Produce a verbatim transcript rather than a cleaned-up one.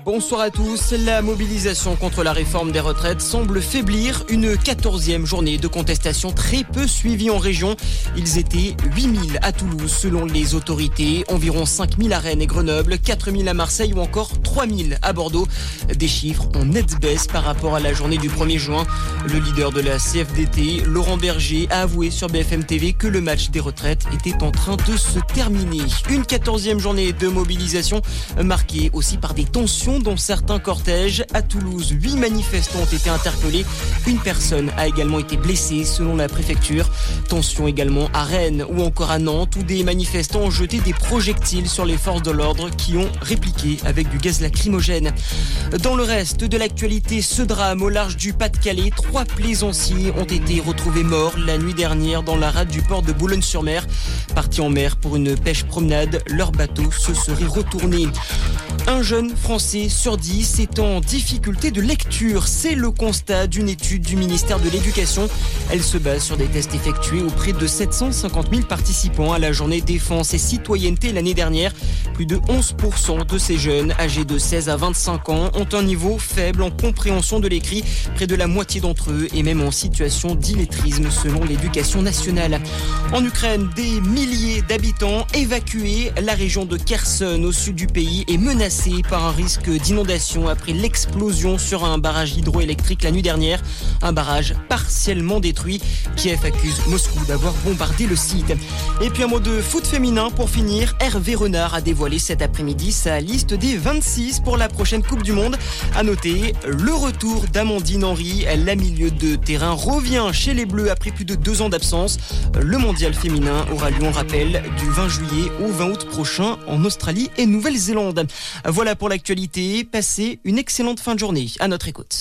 Bonsoir à tous. La mobilisation contre la réforme des retraites semble faiblir. Une quatorzième journée de contestation très peu suivie en région. Ils étaient huit mille à Toulouse selon les autorités, environ cinq mille à Rennes et Grenoble, quatre mille à Marseille ou encore trois mille à Bordeaux. Des chiffres en nette baisse par rapport à la journée du premier juin. Le leader de la C F D T, Laurent Berger, a avoué sur B F M T V que le match des retraites était en train de se terminer. Une quatorzième journée de mobilisation marquée aussi par des tensions dans certains cortèges. À Toulouse, huit manifestants ont été interpellés. Une personne a également été blessée selon la préfecture. Tensions également à Rennes ou encore à Nantes où des manifestants ont jeté des projectiles sur les forces de l'ordre qui ont répliqué avec du gaz lacrymogène. Dans le reste de l'actualité, ce drame au large du Pas-de-Calais, trois plaisanciers ont été retrouvés morts la nuit dernière dans la rade du port de Boulogne-sur-Mer. Partis en mer pour une pêche promenade, leur bateau se serait retourné. Un jeune Français sur dix est en difficulté de lecture. C'est le constat d'une étude du ministère de l'Éducation. Elle se base sur des tests effectués auprès de sept cent cinquante mille participants à la journée défense et citoyenneté l'année dernière. Plus de onze pour cent de ces jeunes âgés de seize à vingt-cinq ans ont un niveau faible en compréhension de l'écrit. Près de la moitié d'entre eux est même en situation d'illettrisme selon l'Éducation nationale. En Ukraine, des milliers d'habitants évacués. La région de Kherson au sud du pays est menacée par un risque d'inondation après l'explosion sur un barrage hydroélectrique la nuit dernière. Un barrage partiellement détruit. Kiev accuse Moscou d'avoir bombardé le site. Et puis un mot de foot féminin pour finir. Hervé Renard a dévoilé cet après-midi sa liste des vingt-six pour la prochaine Coupe du Monde. À noter le retour d'Amandine Henry. La milieu de terrain revient chez les Bleus après plus de deux ans d'absence. Le mondial féminin aura lieu, on rappelle, du vingt juillet au vingt août prochain en Australie et Nouvelle-Zélande. Voilà pour l'actualité. Passez une excellente fin de journée. À notre écoute.